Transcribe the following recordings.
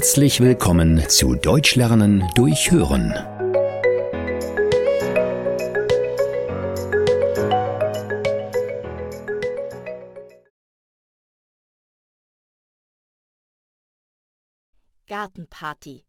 Herzlich willkommen zu Deutsch lernen durch Hören. Gartenparty.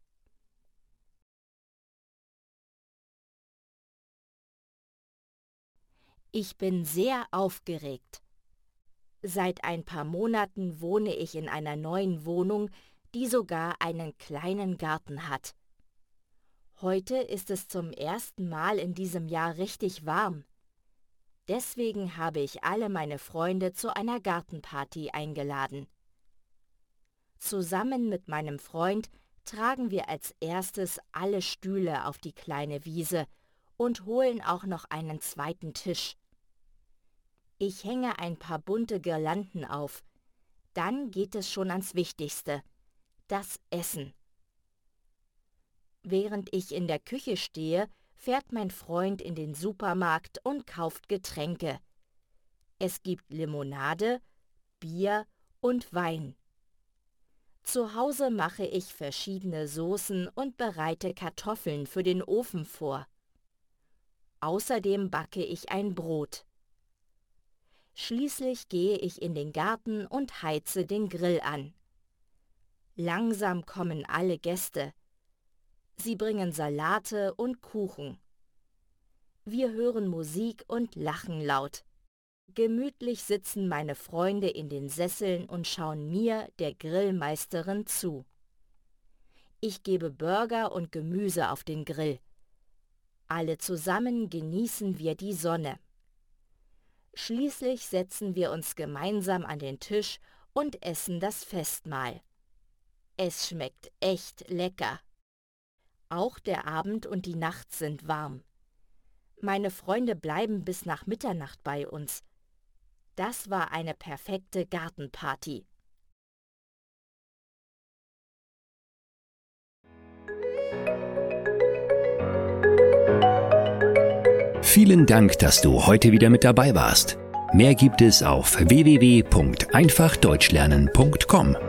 Ich bin sehr aufgeregt. Seit ein paar Monaten wohne ich in einer neuen Wohnung, die sogar einen kleinen Garten hat. Heute ist es zum ersten Mal in diesem Jahr richtig warm. Deswegen habe ich alle meine Freunde zu einer Gartenparty eingeladen. Zusammen mit meinem Freund tragen wir als erstes alle Stühle auf die kleine Wiese und holen auch noch einen zweiten Tisch. Ich hänge ein paar bunte Girlanden auf. Dann geht es schon ans Wichtigste, das Essen. Während ich in der Küche stehe, fährt mein Freund in den Supermarkt und kauft Getränke. Es gibt Limonade, Bier und Wein. Zu Hause mache ich verschiedene Soßen und bereite Kartoffeln für den Ofen vor. Außerdem backe ich ein Brot. Schließlich gehe ich in den Garten und heize den Grill an. Langsam kommen alle Gäste. Sie bringen Salate und Kuchen. Wir hören Musik und lachen laut. Gemütlich sitzen meine Freunde in den Sesseln und schauen mir, der Grillmeisterin, zu. Ich gebe Burger und Gemüse auf den Grill. Alle zusammen genießen wir die Sonne. Schließlich setzen wir uns gemeinsam an den Tisch und essen das Festmahl. Es schmeckt echt lecker. Auch der Abend und die Nacht sind warm. Meine Freunde bleiben bis nach Mitternacht bei uns. Das war eine perfekte Gartenparty. Vielen Dank, dass du heute wieder mit dabei warst. Mehr gibt es auf www.einfachdeutschlernen.com.